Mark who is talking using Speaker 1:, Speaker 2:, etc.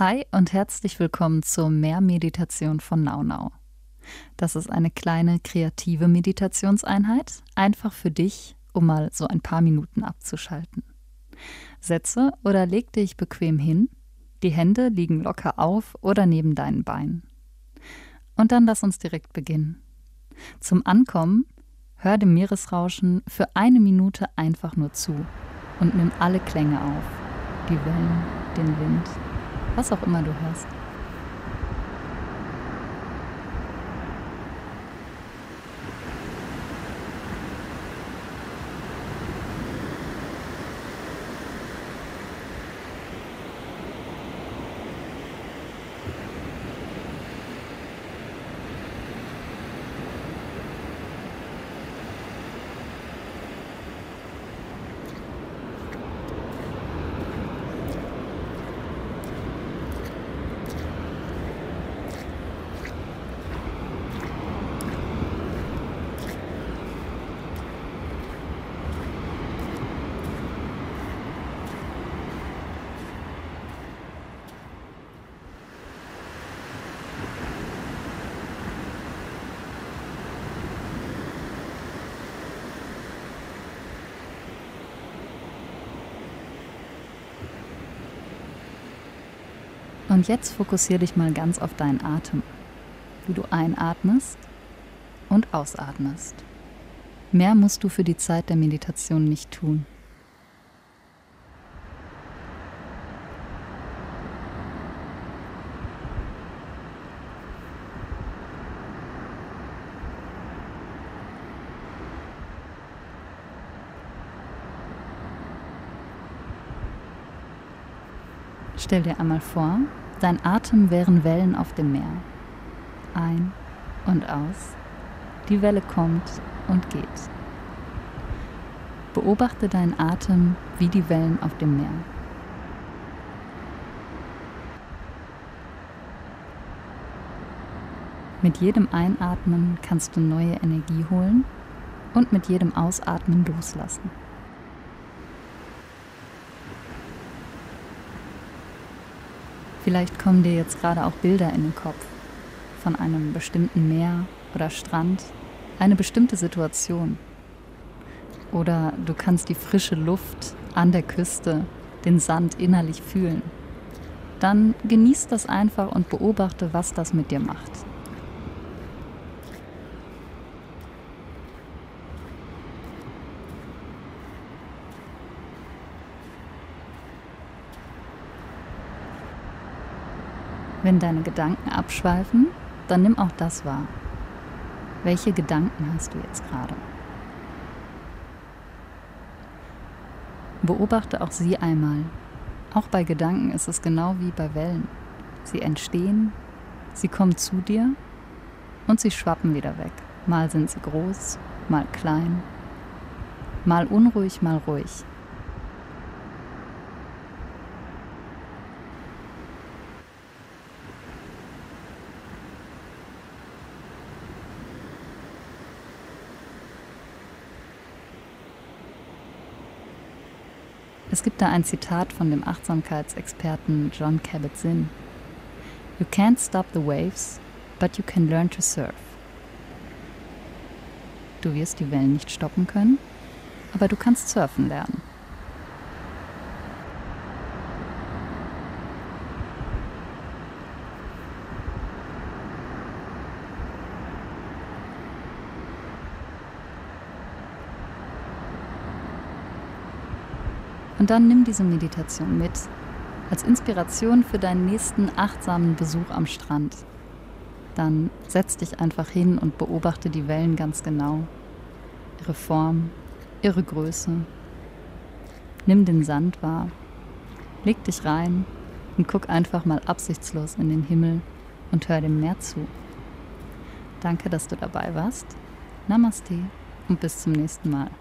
Speaker 1: Hi und herzlich willkommen zur Mehrmeditation von NauNau. Das ist eine kleine kreative Meditationseinheit, einfach für dich, um mal so ein paar Minuten abzuschalten. Setze oder leg dich bequem hin, die Hände liegen locker auf oder neben deinen Beinen. Und dann lass uns direkt beginnen. Zum Ankommen hör dem Meeresrauschen für 1 Minute einfach nur zu und nimm alle Klänge auf, die Wellen, den Wind, was auch immer du hörst. Und jetzt fokussiere dich mal ganz auf deinen Atem, wie du einatmest und ausatmest. Mehr musst du für die Zeit der Meditation nicht tun. Stell dir einmal vor, dein Atem wären Wellen auf dem Meer. Ein und aus. Die Welle kommt und geht. Beobachte deinen Atem wie die Wellen auf dem Meer. Mit jedem Einatmen kannst du neue Energie holen und mit jedem Ausatmen loslassen. Vielleicht kommen dir jetzt gerade auch Bilder in den Kopf von einem bestimmten Meer oder Strand, eine bestimmte Situation. Oder du kannst die frische Luft an der Küste, den Sand innerlich fühlen. Dann genieß das einfach und beobachte, was das mit dir macht. Wenn deine Gedanken abschweifen, dann nimm auch das wahr. Welche Gedanken hast du jetzt gerade? Beobachte auch sie einmal. Auch bei Gedanken ist es genau wie bei Wellen. Sie entstehen, sie kommen zu dir und sie schwappen wieder weg. Mal sind sie groß, mal klein, mal unruhig, mal ruhig. Es gibt da ein Zitat von dem Achtsamkeitsexperten Jon Kabat-Zinn. You can't stop the waves, but you can learn to surf. Du wirst die Wellen nicht stoppen können, aber du kannst surfen lernen. Und dann nimm diese Meditation mit, als Inspiration für deinen nächsten achtsamen Besuch am Strand. Dann setz dich einfach hin und beobachte die Wellen ganz genau, ihre Form, ihre Größe. Nimm den Sand wahr, leg dich rein und guck einfach mal absichtslos in den Himmel und hör dem Meer zu. Danke, dass du dabei warst. Namaste und bis zum nächsten Mal.